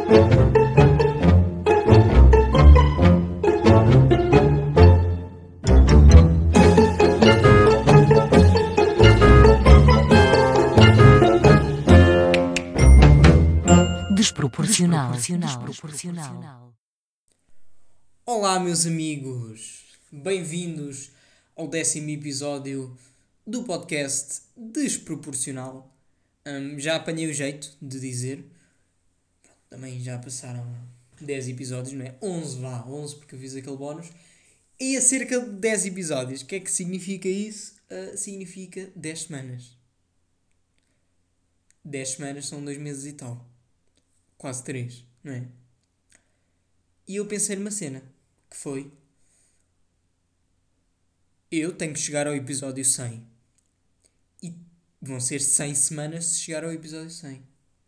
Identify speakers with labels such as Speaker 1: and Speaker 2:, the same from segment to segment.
Speaker 1: Desproporcional.
Speaker 2: Olá, meus amigos, bem-vindos ao 10º episódio do podcast Desproporcional. Já apanhei o jeito de dizer, também já passaram 10 episódios, não é? 11 porque eu fiz aquele bónus. E a cerca de 10 episódios, o que é que significa isso? Significa 10 semanas. 10 semanas são 2 meses e tal. Quase 3, não é? E eu pensei numa cena, que foi... Eu tenho que chegar ao episódio 100. E vão ser 100 semanas se chegar ao episódio 100.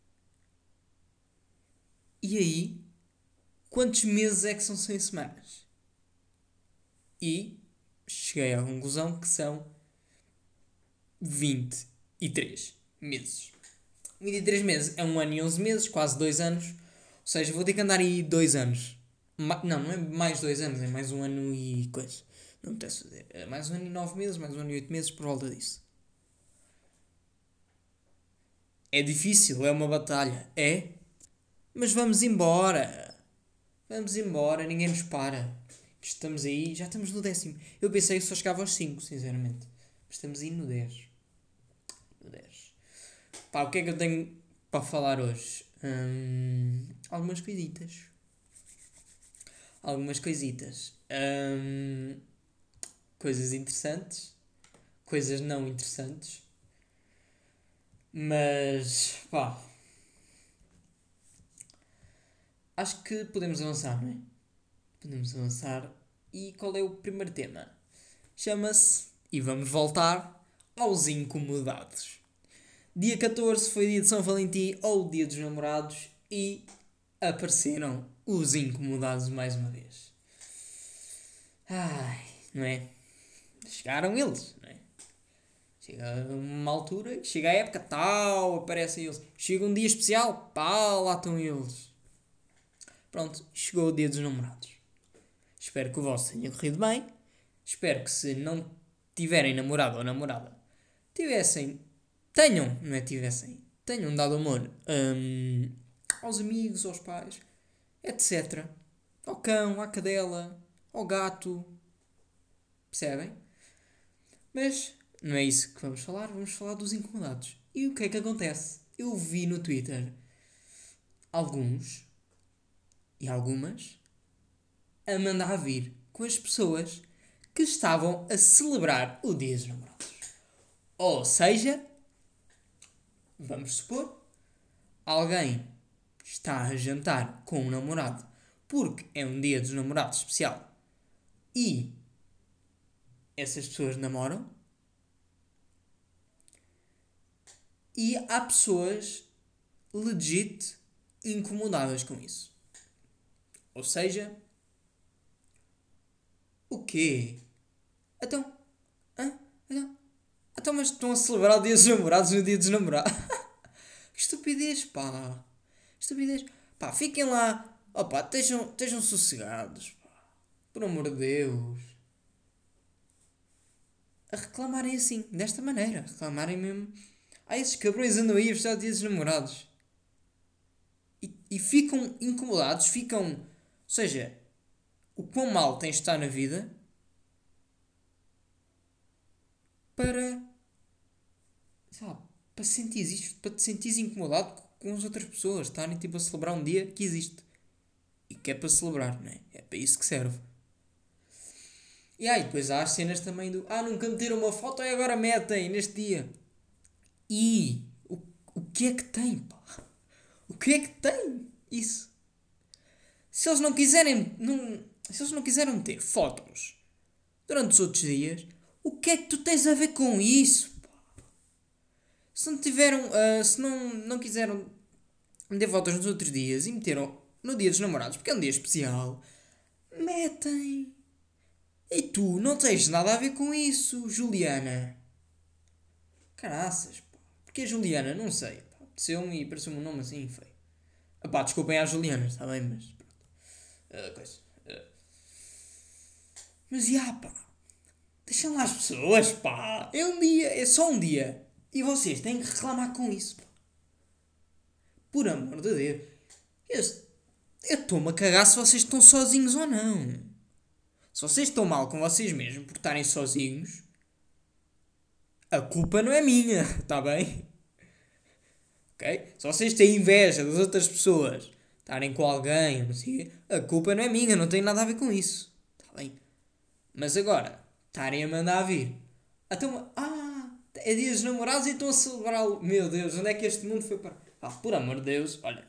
Speaker 2: E aí, quantos meses é que são 100 semanas? E cheguei à conclusão que são 23 meses. 23 meses é 1 ano e 11 meses, quase 2 anos. Ou seja, vou ter que andar aí 2 anos. Não é mais 2 anos, é mais 1 ano e coisa. Não me apetece fazer. É mais 1 ano e 9 meses, mais 1 ano e 8 meses por volta disso. É difícil, é uma batalha. É? Mas vamos embora. Vamos embora, ninguém nos para. Estamos aí, já estamos no 10º. Eu pensei que só chegava aos 5, sinceramente. Mas estamos aí no 10. No 10. Pá, o que é que eu tenho para falar hoje? Algumas coisitas. Coisas interessantes. Coisas não interessantes. Mas, pá... Acho que podemos avançar, não é? Podemos avançar. E qual é o primeiro tema? Chama-se, e vamos voltar, aos incomodados. Dia 14 foi dia de São Valentim ou dia dos namorados e apareceram os incomodados mais uma vez. Ai, não é? Chegaram eles, não é? Chega uma altura, chega a época, tal, aparecem eles. Chega um dia especial, pá, lá estão eles. Pronto, chegou o dia dos namorados. Espero que o vosso tenha corrido bem. Espero que se não tiverem namorado ou namorada, tenham dado amor aos amigos, aos pais, etc. Ao cão, à cadela, ao gato. Percebem? Mas não é isso que vamos falar dos incomodados. E o que é que acontece? Eu vi no Twitter alguns e algumas a mandar vir com as pessoas que estavam a celebrar o Dia dos Namorados. Ou seja, vamos supor, alguém está a jantar com um namorado porque é um Dia dos Namorados especial e essas pessoas namoram, e há pessoas legit incomodadas com isso. Ou seja, o quê? Então, mas estão a celebrar o Dia dos Namorados no Dia dos Namorados. Que estupidez, pá. Estupidez. Pá, fiquem lá. Opa, estejam sossegados, pá. Por amor de Deus. A reclamarem assim, desta maneira. Reclamarem mesmo. Esses cabrões andam aí a festejar o Dia dos Namorados. E ficam incomodados, ficam... Ou seja, o quão mal tens de estar na vida para... Sabe, para sentires isto, para te sentires incomodado com as outras pessoas, estarem tipo a celebrar um dia que existe. E que é para celebrar, não é? É para isso que serve. E depois há as cenas também do... nunca meteram uma foto e agora metem neste dia. E o que é que tem, pá? O que é que tem isso? Se eles não quiserem... se eles não quiserem meter fotos durante os outros dias, o que é que tu tens a ver com isso, pá? Se não tiveram... se não quiseram meter fotos nos outros dias e meteram no Dia dos Namorados, porque é um dia especial, metem. E tu não tens nada a ver com isso, Juliana. Caraças, pá. Porque a Juliana, não sei, apeteceu-me e pareceu-me um nome assim feio. Pá, desculpem às Julianas, está bem, mas. Coisa. Mas, pá. Deixem lá as pessoas, pá. É um dia, é só um dia. E vocês têm que reclamar com isso, pá. Por amor de Deus. Eu estou-me a cagar se vocês estão sozinhos ou não. Se vocês estão mal com vocês mesmos por estarem sozinhos, a culpa não é minha, está bem? Ok? Se vocês têm inveja das outras pessoas estarem com alguém, não sei, a culpa não é minha, não tem nada a ver com isso. Está bem? Mas agora, estarem a mandar vir. Então, é dia dos namorados e estão a celebrá-lo. Meu Deus, onde é que este mundo foi para. Por amor de Deus, olha.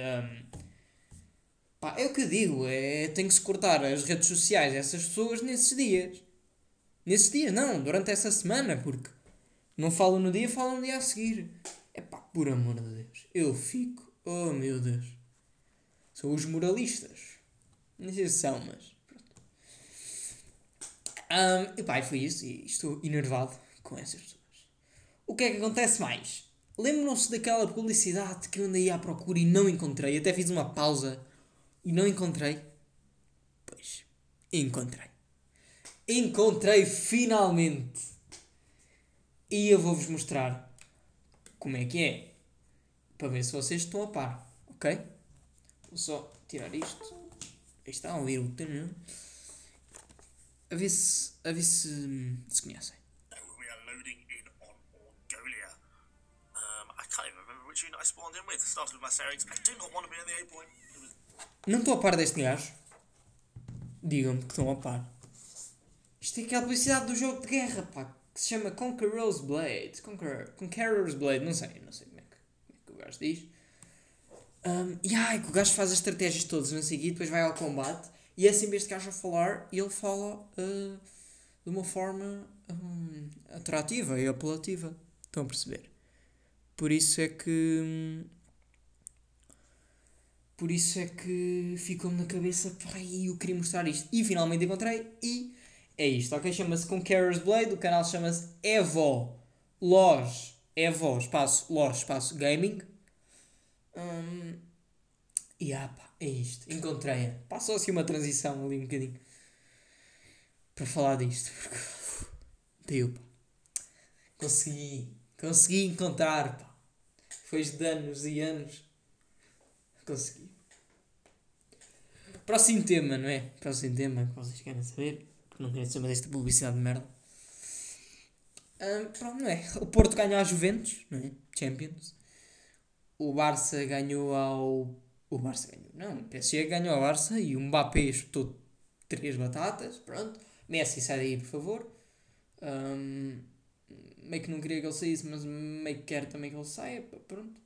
Speaker 2: Pá, é o que eu digo, tem que se cortar as redes sociais a essas pessoas nesses dias. Nesses dias, não, durante essa semana, porque não falam no dia, falam no dia a seguir. É pá, por amor de Deus. Eu fico, oh meu Deus. São os moralistas. Não sei se são, mas. E pá, foi isso e estou enervado com essas pessoas. O que é que acontece mais? Lembram-se daquela publicidade que eu andei à procura e não encontrei? Até fiz uma pausa e não encontrei. Pois, encontrei. Encontrei finalmente. E eu vou-vos mostrar como é que é. Para ver se vocês estão a par. Ok? Vou só tirar isto. Aí está a ouvir o tanão. A ver se conhecem.
Speaker 1: We are loading in on Orgolia. I can't even remember which unit I spawned in with. Started with my Cerix. I do not want to be in the A point.
Speaker 2: Não estou a par deste gajo? Digam-me que estão a par. Isto é aquela publicidade do jogo de guerra, pá. Que se chama Conqueror's Blade. Conqueror's Blade. Não sei como é que o gajo diz. Que o gajo faz as estratégias todas, não sei o quê, depois vai ao combate. E é sempre este gajo a falar e ele fala de uma forma atrativa e apelativa. Estão a perceber? Por isso é que. Por isso é que ficou-me na cabeça, pá, e eu queria mostrar isto. E finalmente encontrei e é isto, ok? Chama-se Conqueror's Blade, o canal chama-se Evo Lore, Evo, espaço, Lore, espaço, Gaming. Pá, é isto, encontrei-a. Passou assim uma transição ali um bocadinho para falar disto, porque deu, pá. Consegui encontrar, pá. Depois de anos e anos, consegui. Próximo tema, não é? Próximo tema que vocês querem saber, que não querem saber desta publicidade de merda. Pronto, não é? O Porto ganhou à Juventus, não é? Champions. O Barça ganhou ao. O Barça ganhou. Não, o PSG ganhou ao Barça e o Mbappé espetou 3 batatas. Pronto. Messi, sai daí, por favor. Meio que não queria que ele saísse, mas meio que quero também que ele saia. Pronto.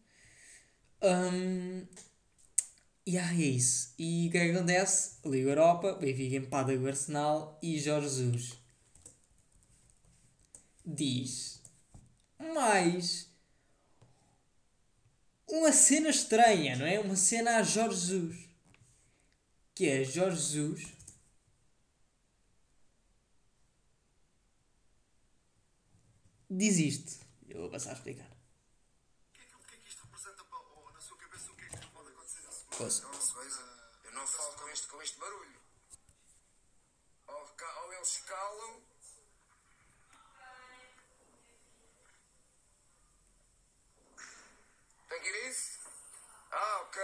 Speaker 2: É isso. E o que é que acontece? Liga Europa, Benfica empata com o Arsenal e Jorge Jesus diz mais uma cena estranha, não é? Uma cena a Jorge Jesus. Que é Jorge Jesus diz isto. Eu vou passar a explicar.
Speaker 1: O que é que isto representa na sua cabeça? O que é que pode acontecer na segunda?
Speaker 2: Ouça.
Speaker 1: Eu não falo com este barulho. Ou eles calam. Tem que ir isso? Ok.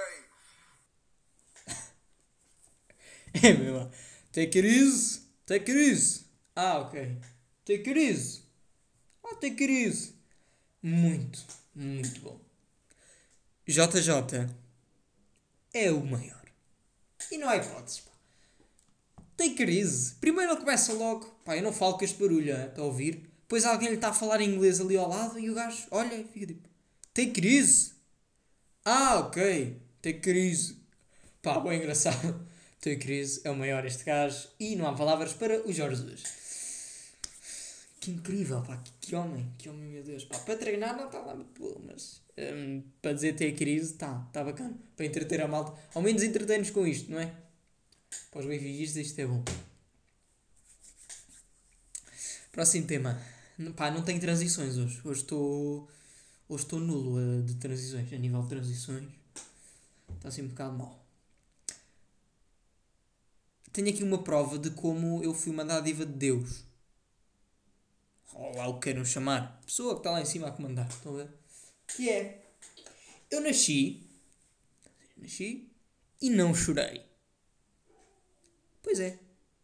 Speaker 2: É mesmo. Take it easy. Take it easy. Ok. Take it easy. Take it easy. Muito, muito bom. JJ é o maior. E não há hipóteses, pá. Tem crise. Primeiro ele começa logo. Pá, eu não falo com este barulho, está a ouvir? Depois alguém lhe está a falar em inglês ali ao lado e o gajo olha e fica tipo: tem crise? Ok. Tem crise. Pá, bem engraçado. Tem crise. É o maior este gajo. E não há palavras para o Jorge Jesus. Que incrível, pá. Que homem. Que homem, meu Deus. Pá, para treinar não está lá muito bom, mas para dizer ter crise, está bacana. Para entreter a malta. Ao menos entretém-nos com isto, não é? Para os benfiquistas isto é bom. Próximo tema. Pá, não tenho transições hoje. Hoje estou nulo de transições. A nível de transições. Está assim um bocado mal. Tenho aqui uma prova de como eu fui uma dádiva de Deus. Ou lá o que queiram chamar. Pessoa que está lá em cima a comandar. Estão a ver? Que é... Eu nasci e não chorei. Pois é.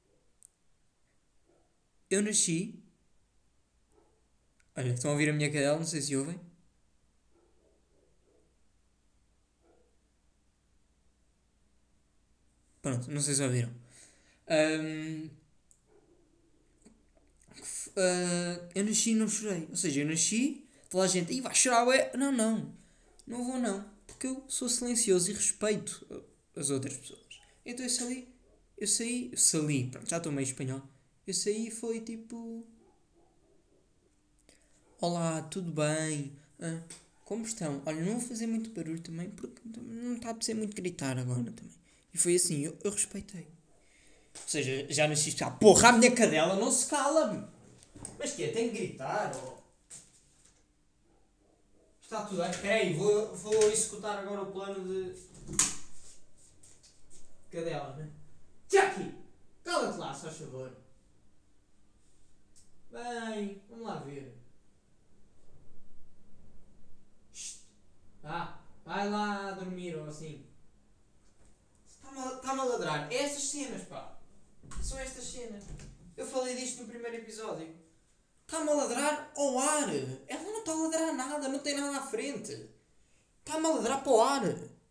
Speaker 2: Eu nasci... Olha, estão a ouvir a minha cadela, não sei se ouvem. Pronto, não sei se ouviram. Ahm, eu nasci e não chorei. Ou seja, eu nasci, toda a gente, vai chorar, ué. Não, não. Não vou, não. Porque eu sou silencioso e respeito as outras pessoas. Então eu saí, pronto, já estou meio espanhol. Eu saí e foi tipo... Olá, tudo bem? Como estão? Olha, não vou fazer muito barulho também, porque não está a ser muito gritar agora também. E foi assim, eu respeitei. Ou seja, já nasci já. Porra, a minha cadela não se cala-me. Mas que é? Tem que gritar? Ou... Está tudo bem? Espera aí, vou executar agora o plano de... Cadela, né? Jackie! Cala-te lá, se faz favor. Bem, vamos lá ver. Vai lá dormir ou assim. Está-me a ladrar. É estas cenas, pá. São estas cenas. Eu falei disto no primeiro episódio. Está-me a ladrar ao ar. Ela não está a ladrar a nada, não tem nada à frente. Está-me a ladrar para o ar.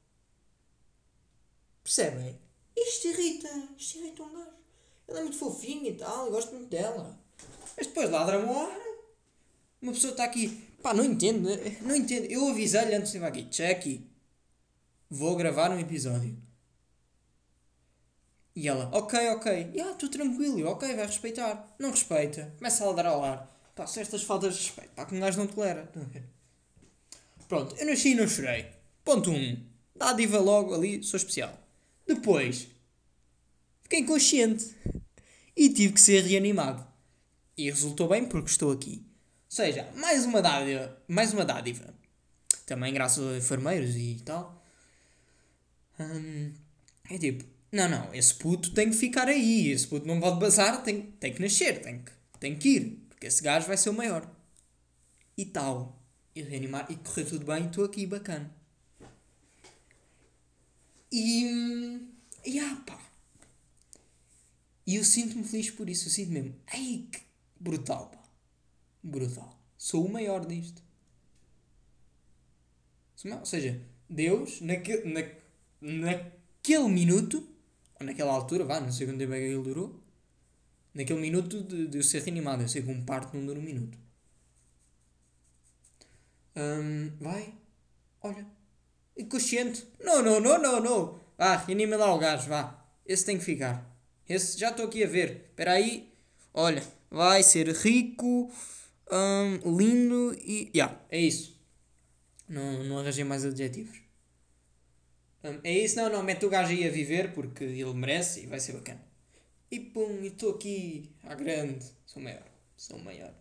Speaker 2: Percebem? Isto irrita um gajo. Ela é muito fofinha e tal, eu gosto muito dela. Mas depois ladra-me ao ar. Uma pessoa está aqui, pá, não entendo. Eu avisei-lhe antes de ir aqui, Jackie, vou gravar um episódio. E ela, ok, estou tranquilo, ok, vai respeitar. Não respeita, começa a ladrar ao ar. Pá, são estas faltas de respeito, pá, que um gajo não tolera. Pronto, eu nasci e não chorei. Ponto 1. Dádiva logo ali, sou especial. Depois, fiquei inconsciente e tive que ser reanimado. E resultou bem porque estou aqui. Ou seja, mais uma dádiva. Também graças aos enfermeiros e tal. É tipo, não, esse puto tem que ficar aí. Esse puto não pode bazar, tem que nascer, tem que ir. Porque esse gajo vai ser o maior. E tal. E reanimar, e correr tudo bem, estou aqui, bacana. Pá. E eu sinto-me feliz por isso. Eu sinto mesmo, ai, que brutal, pá. Brutal. Sou o maior disto. Ou seja, Deus, naquele minuto, ou naquela altura, não sei quanto tempo é que ele durou, naquele minuto de eu ser reanimado, eu sei que um parto não dura um minuto. Vai, olha, inconsciente. Não. Reanima lá o gajo, vá. Esse tem que ficar. Esse já estou aqui a ver. Espera aí, olha, vai ser rico, lindo e... é isso. Não arranjei mais adjetivos. É isso, não, mete o gajo aí a viver porque ele merece e vai ser bacana. E pum, estou aqui à grande. Sou maior.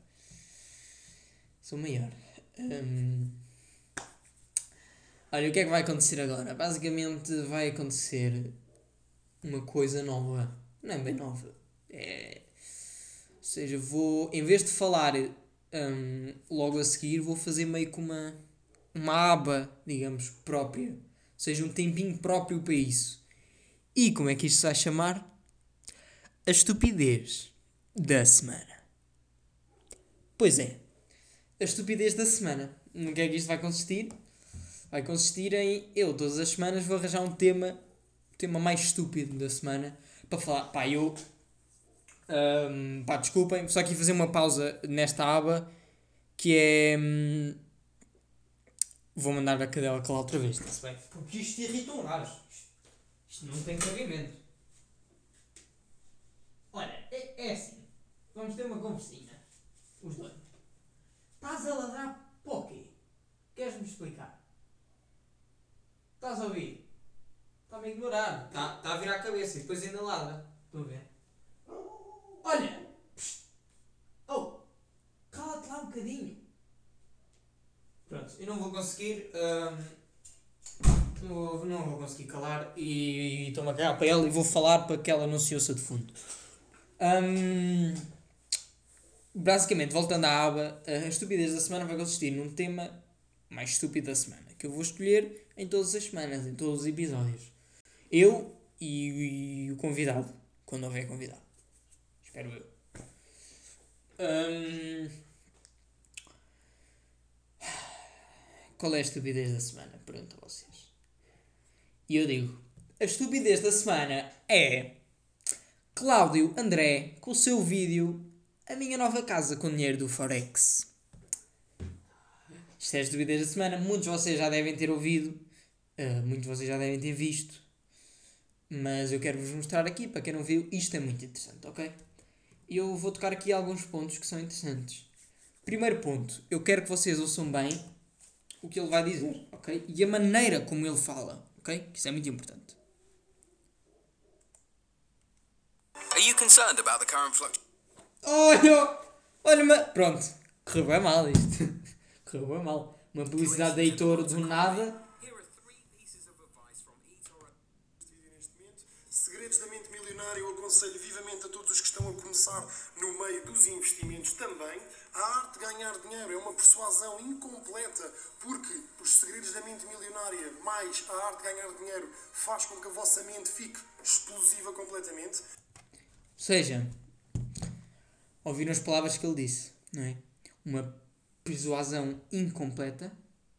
Speaker 2: Olha, o que é que vai acontecer agora? Basicamente vai acontecer uma coisa nova. Não é bem nova. Ou seja, em vez de falar logo a seguir, vou fazer meio que uma aba, digamos, própria. Ou seja, um tempinho próprio para isso. E como é que isto se vai chamar? A estupidez da semana. Pois é, a estupidez da semana. No que é que isto vai consistir? Vai consistir em eu, todas as semanas, vou arranjar um tema mais estúpido da semana para falar. Desculpem, só aqui fazer uma pausa nesta aba que é. Vou mandar a cadela calar outra vez, está-se bem? Porque isto irrita um gajo. Isto não tem cabimento. Olha, é assim. Vamos ter uma conversinha. Os dois. Estás a ladrar para o quê? Queres-me explicar? Estás a ouvir? Está-me a ignorar. Está a virar a cabeça e depois ainda ladra. Estão a ver? Olha! Cala-te lá um bocadinho. Pronto, eu não vou conseguir. não vou conseguir calar e estou-me a cagar para ela e vou falar para que ela não se ouça de fundo. Basicamente, voltando à aba, a estupidez da semana vai consistir num tema mais estúpido da semana, que eu vou escolher em todas as semanas, em todos os episódios. Eu e o convidado, quando houver convidado. Espero eu. Qual é a estupidez da semana? Pergunto a vocês. E eu digo, a estupidez da semana é Cláudio André com o seu vídeo A Minha Nova Casa com dinheiro do Forex. Isto é a estupidez da semana. Muitos de vocês já devem ter ouvido, muitos de vocês já devem ter visto, mas eu quero-vos mostrar aqui, para quem não viu, isto é muito interessante, ok? E eu vou tocar aqui alguns pontos que são interessantes. Primeiro ponto, eu quero que vocês ouçam bem o que ele vai dizer, ok? E a maneira como ele fala, ok? Isso é muito importante.
Speaker 3: Are you concerned about the current fluctuation?
Speaker 2: Olha, pronto. Correu bem mal isto. Correu bem mal. Uma publicidade da Heitor do nada.
Speaker 4: Segredos da mente milionária, eu aconselho vivamente a todos os que estão a começar no meio dos investimentos também. A arte de ganhar dinheiro é uma persuasão incompleta, porque os segredos da mente milionária mais a arte de ganhar dinheiro faz com que a vossa mente fique explosiva completamente.
Speaker 2: Ou seja, ouviram as palavras que ele disse, não é? Uma persuasão incompleta.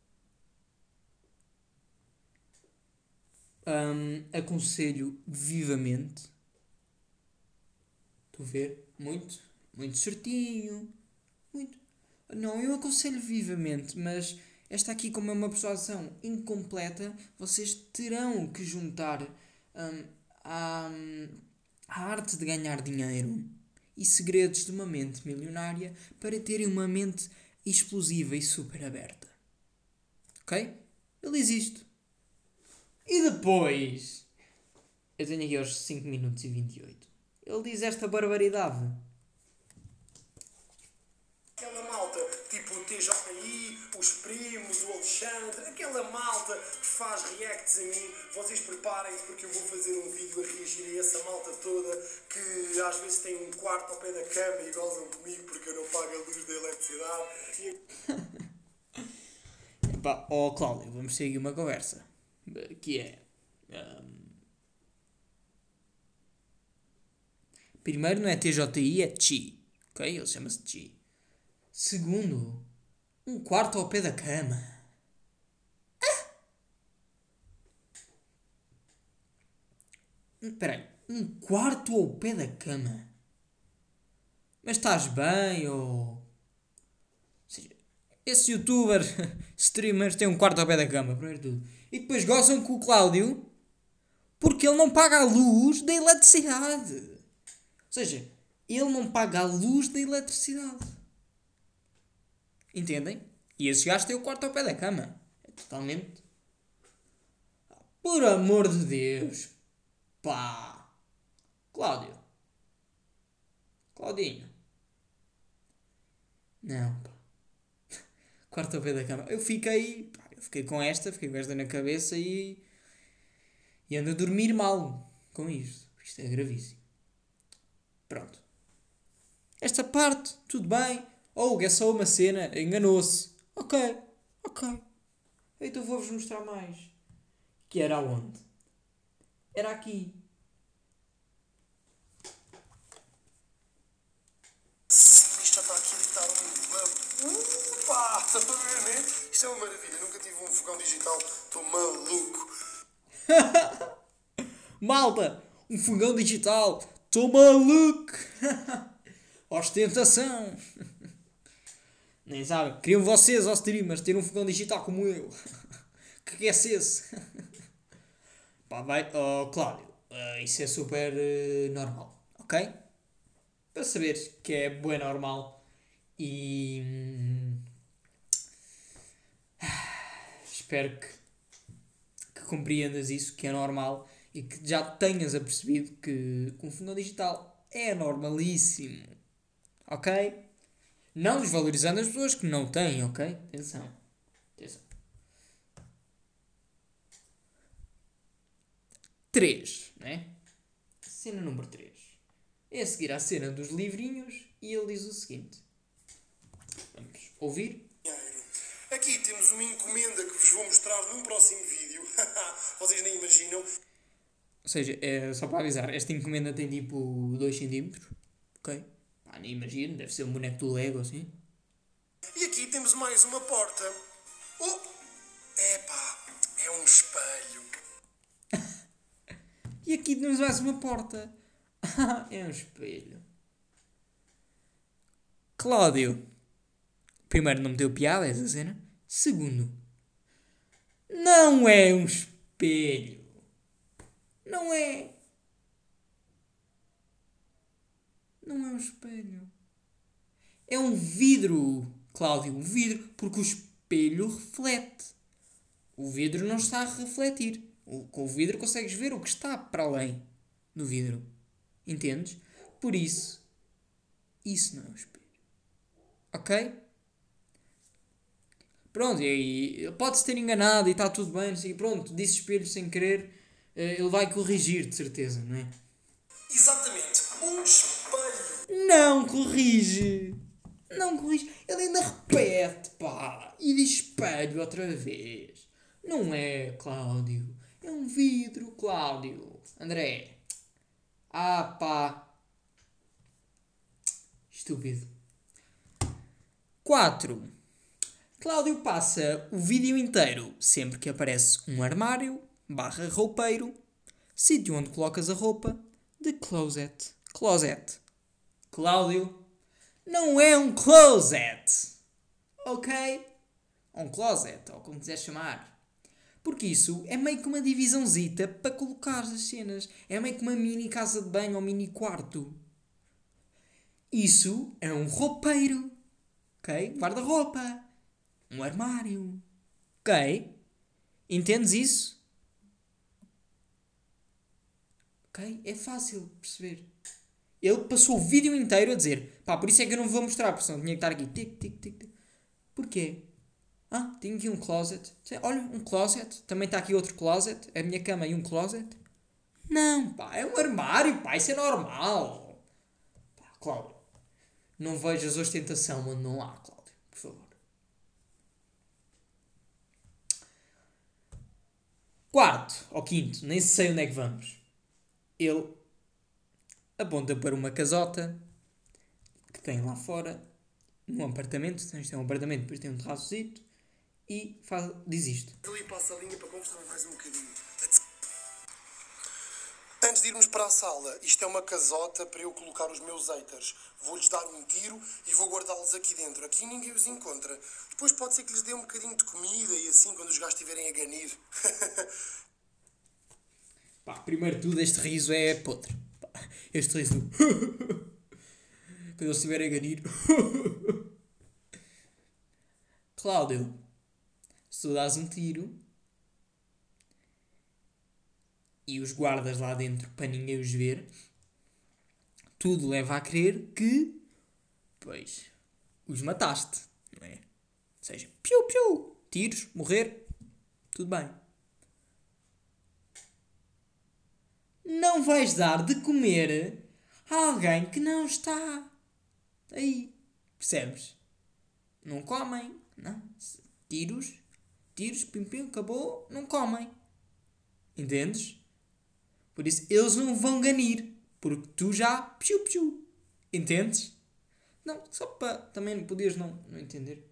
Speaker 2: Aconselho vivamente. Estou a ver? Muito certinho. Muito. Não, eu aconselho vivamente, mas esta aqui, como é uma persuasão incompleta, vocês terão que juntar a arte de ganhar dinheiro e segredos de uma mente milionária para terem uma mente explosiva e super aberta. Ok? Ele existe. E depois, eu tenho aqui aos 5 minutos e 28. Ele diz esta barbaridade.
Speaker 4: Aquela malta, tipo o TJI, os primos, o Alexandre, aquela malta que faz reacts a mim, vocês preparem-se porque eu vou fazer um vídeo a reagir a essa malta toda que às vezes tem um quarto ao pé da cama e gozam comigo porque eu não pago a luz da eletricidade.
Speaker 2: Epá, Cláudio, vamos seguir uma conversa. Que é... primeiro não é TJI, é Chi. Ok? Ele chama-se Chi. Segundo, um quarto ao pé da cama. Espera aí. Um quarto ao pé da cama? Mas estás bem, ou... seja, esses youtubers, streamers, têm um quarto ao pé da cama, primeiro de tudo. E depois gozam com o Cláudio porque ele não paga a luz da eletricidade. Ou seja, ele não paga a luz da eletricidade. Entendem? E esses gajos têm o quarto ao pé da cama. É totalmente... por amor de Deus. Pá. Cláudio. Claudinho. Não, pá. Quarto ao pé da cama. Eu fiquei com esta na cabeça e ando a dormir mal com isto. Isto é gravíssimo. Pronto. Esta parte, tudo bem. É só uma cena, enganou-se. Ok. Então vou-vos mostrar mais. Que era aonde? Era aqui.
Speaker 4: Isto já está aqui a deitar um... Pá, estás a ver, né? Isto é uma maravilha, nunca tive um fogão digital, estou maluco.
Speaker 2: Malta, um fogão digital. Estou maluco. Ostentação. Nem sabem. Queriam vocês, ó streamers, ter um fogão digital como eu. Que aquecesse. Pá, vai. Cláudio, isso é super normal. Ok? Para saberes que é bué normal. E... espero que compreendas isso, que é normal. E que já tenhas apercebido que um fogão digital é normalíssimo. Ok? Não desvalorizando as pessoas que não têm, ok? Atenção. 3, né? Cena número 3. É a seguir à cena dos livrinhos e ele diz o seguinte. Vamos ouvir?
Speaker 4: Aqui temos uma encomenda que vos vou mostrar num próximo vídeo. Vocês nem imaginam.
Speaker 2: Ou seja, é só para avisar, esta encomenda tem tipo 2 cm, ok? Pá, nem imagino, deve ser um boneco do Lego assim.
Speaker 4: E aqui temos mais uma porta. Oh! Epá, é um espelho.
Speaker 2: E aqui temos mais uma porta. É um espelho. Cláudio. Primeiro, não me deu piada essa cena. Segundo, não é um espelho. Não é. Não é um espelho. É um vidro, Cláudio. Um vidro. Porque o espelho reflete. O vidro não está a refletir. Com o vidro consegues ver o que está para além do vidro. Entendes? Por isso, isso não é um espelho. Ok? Pronto, e pode-se ter enganado e está tudo bem. Assim, pronto, disse espelho sem querer. Ele vai corrigir, de certeza, não é?
Speaker 4: Exatamente, um espelho.
Speaker 2: Não corrige! Não corrige. Ele ainda repete, pá. E diz espelho outra vez. Não é, Cláudio. É um vidro, Cláudio. André. Ah, pá. Estúpido. 4. Cláudio passa o vídeo inteiro sempre que aparece um armário, barra roupeiro, sítio onde colocas a roupa, de closet. Closet. Cláudio, não é um closet. Ok? Um closet, ou como quiseres chamar. Porque isso é meio que uma divisãozita para colocar as cenas. É meio que uma mini casa de banho ou mini quarto. Isso é um roupeiro. Ok? Guarda-roupa. Um armário. Ok? Entendes isso? Ok? É fácil de perceber. Ele passou o vídeo inteiro a dizer pá, por isso é que eu não vou mostrar, porque senão tinha que estar aqui tic, tic, tic, tic. Porquê? Ah, tenho aqui um closet. Olha, um closet. Também está aqui outro closet. A minha cama e um closet. Não, pá, é um armário, pá, isso é normal. Pá, Cláudio, não vejas ostentação onde não há, Cláudio, por favor. 4º ou 5º, nem sei onde é que vamos. Ele aponta para uma casota que tem lá fora, num apartamento. Isto é um apartamento, depois tem um terraçozito. E diz isto.
Speaker 4: Ali passa a linha para conversar mais um bocadinho. Antes de irmos para a sala, isto é uma casota para eu colocar os meus haters. Vou-lhes dar um tiro e vou guardá-los aqui dentro. Aqui ninguém os encontra. Depois pode ser que lhes dê um bocadinho de comida e assim, quando os gajos estiverem a ganir.
Speaker 2: Pá, primeiro de tudo, este riso é podre. Pá, este riso. Quando eles estiverem a ganir. Cláudio, se tu dás um tiro e os guardas lá dentro para ninguém os ver, tudo leva a crer que, pois, os mataste, não é? Ou seja, piu, piu, tiros, morrer, tudo bem. Não vais dar de comer a alguém que não está aí, percebes? Não comem, não. Tiros, pim, pim, acabou, não comem. Entendes? Por isso, eles não vão ganir. Porque tu já... Piu, piu. Entendes? Não, só para... Também podias não entender.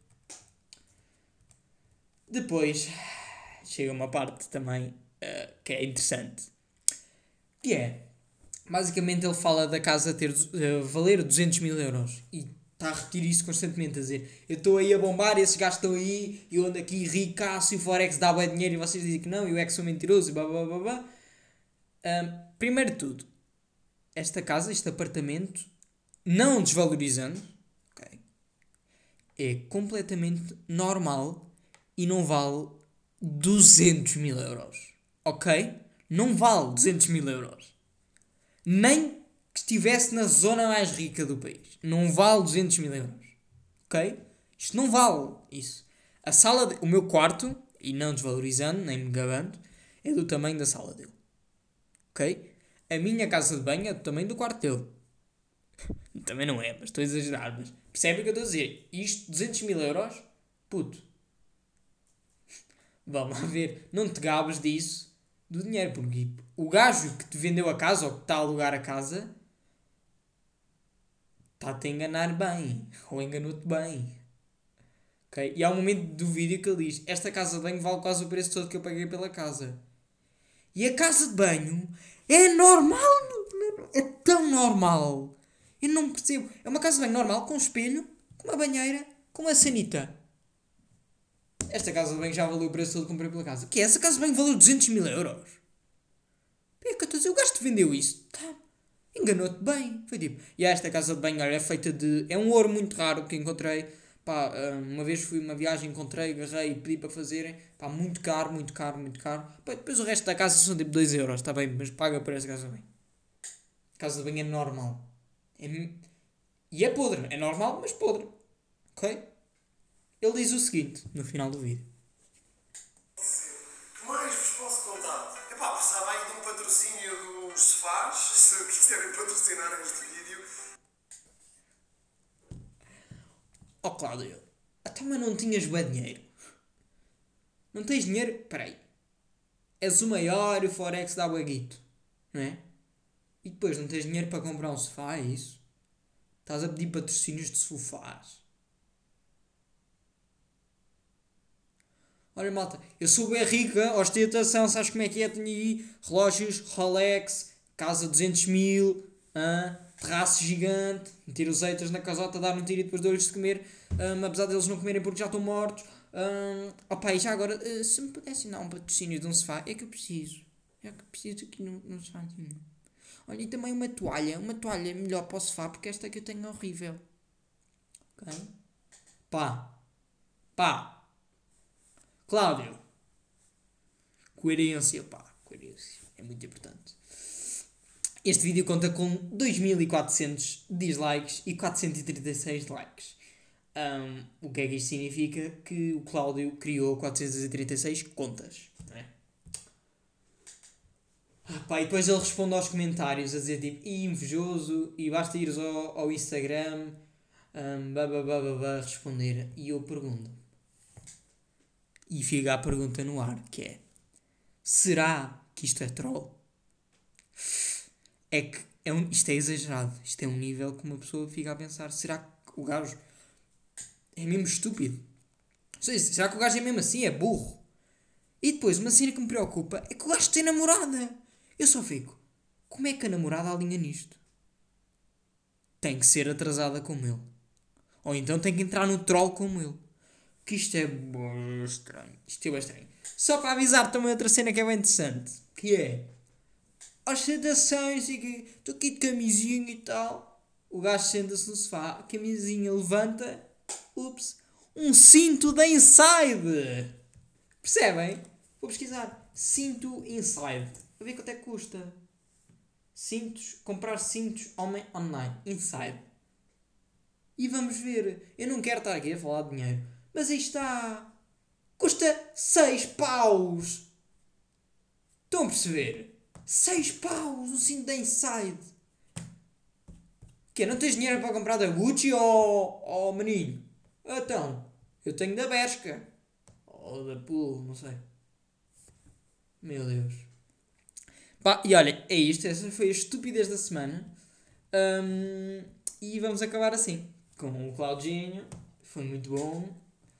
Speaker 2: Depois, chega uma parte também que é interessante. Que é... Basicamente, ele fala da casa ter valer 200 mil euros. E está a repetir isso constantemente, a dizer eu estou aí a bombar, esses gajos estão aí, eu ando aqui ricaço e o Forex dá bem dinheiro e vocês dizem que não, e eu é que sou mentiroso e blá blá blá blá. Primeiro de tudo, esta casa, este apartamento, não desvalorizando, okay, é completamente normal e não vale 200 mil euros. Ok? Não vale 200 mil euros. Nem que estivesse na zona mais rica do país. Não vale 200 mil euros. Ok? Isto não vale isso. A sala, o meu quarto, e não desvalorizando, nem me gabando, é do tamanho da sala dele. ok? A minha casa de banho é do tamanho do quarto dele. Também não é, mas estou a exagerar. Mas percebe o que eu estou a dizer? Isto, 200 mil euros? Puto. Vamos lá ver. Não te gabes disso, do dinheiro. Porque o gajo que te vendeu a casa, ou que está a alugar a casa, está-te a enganar bem. Ou enganou-te bem. Okay? E há um momento do vídeo que ele diz: esta casa de banho vale quase o preço todo que eu paguei pela casa. E a casa de banho é normal. É tão normal. Eu não percebo. É uma casa de banho normal, com um espelho, com uma banheira, com uma sanita. Esta casa de banho já valeu o preço todo que comprei pela casa. Que é? Essa casa de banho valeu 200 mil euros. É que eu estou a dizer, o gajo te vendeu isso. Tá. Enganou-te bem. Foi tipo, e esta casa de banho, olha, é feita de... É um ouro muito raro que encontrei. Pá, uma vez fui uma viagem, encontrei, agarrei e pedi para fazerem. Pá, muito caro, muito caro, muito caro. Pá, depois o resto da casa são tipo 2 euros, está bem, mas paga por esta casa de banho. A casa de banho é normal. E é podre. É normal, mas podre. Ok? Ele diz o seguinte, no final do vídeo.
Speaker 4: O que mais vos posso contar? Epá, precisava aí de um patrocínio dos sofás, se quiserem patrocinar este vídeo.
Speaker 2: Oh, Cláudio, até mas não tinhas bué dinheiro. Não tens dinheiro? Peraí. És o maior e o Forex dá bueguito. Não é? E depois não tens dinheiro para comprar um sofá, é isso? Estás a pedir patrocínios de sofás. Olha, malta, eu sou bem rica, ostentação, sabes como é que é? Tenho aí relógios, Rolex, casa 200 mil, terraço gigante, meter os haters na casota, dar um tiro e depois dou-lhes de comer, apesar deles não comerem porque já estão mortos. Opa, e já agora, se me pudessem dar um patrocínio de um sofá, é que eu preciso. É que eu preciso aqui no sofá. Olha, e também uma toalha melhor para o sofá, porque esta que eu tenho é horrível. Ok? Pá. Cláudio. Coerência, pá. Coerência. É muito importante. Este vídeo conta com 2.400 dislikes e 436 likes. O que é que isto significa? Que o Cláudio criou 436 contas. Não é? Pá, e depois ele responde aos comentários a dizer tipo, invejoso, e basta ires ao Instagram, responder. E eu pergunto. E fica a pergunta no ar, que é: será que isto é troll? É que isto é exagerado. Isto é um nível que uma pessoa fica a pensar: será que o gajo é mesmo estúpido? Será que o gajo é mesmo assim? É burro? E depois, uma cena que me preocupa é que o gajo tem namorada. Eu só fico: como é que a namorada alinha nisto? Tem que ser atrasada como ele. Ou então tem que entrar no troll como ele. Que isto é bem estranho. Isto é bem estranho. Só para avisar também outra cena que é bem interessante. Que é: ostentações e que estou aqui de camisinha e tal. O gajo senta-se no sofá, a camisinha levanta. Ups. Um cinto da Inside. Percebem? Vou pesquisar. Cinto Inside. Para ver quanto é que custa. Comprar cintos homem online. Inside. E vamos ver. Eu não quero estar aqui a falar de dinheiro. Mas aí está. Custa 6 paus. Estão a perceber? 6 paus. Um cinto da Inside. Que não tens dinheiro para comprar da Gucci ou maninho? Então, eu tenho da Bershka. Ou da Pool, não sei. Meu Deus. Pá, e olha, é isto. Essa foi a estupidez da semana. E vamos acabar assim. Com o Claudinho. Foi muito bom.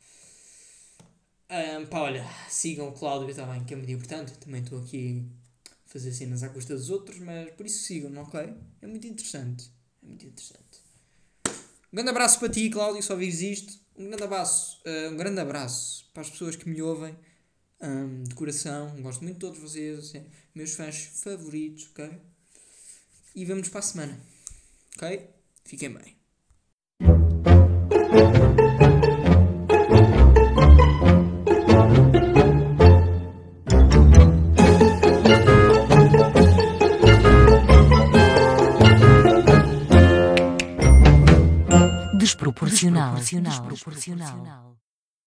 Speaker 2: Pá, olha, sigam o Cláudio, está bem, que é muito importante. Também estou aqui a fazer cenas à custa dos outros, mas por isso sigam, ok? É muito interessante. Um grande abraço para ti, Cláudio, só vives isto. Um grande abraço para as pessoas que me ouvem, de coração. Gosto muito de todos vocês, meus fãs favoritos, ok? E vemo-nos para a semana, ok? Fiquem bem.
Speaker 5: Desproporcional.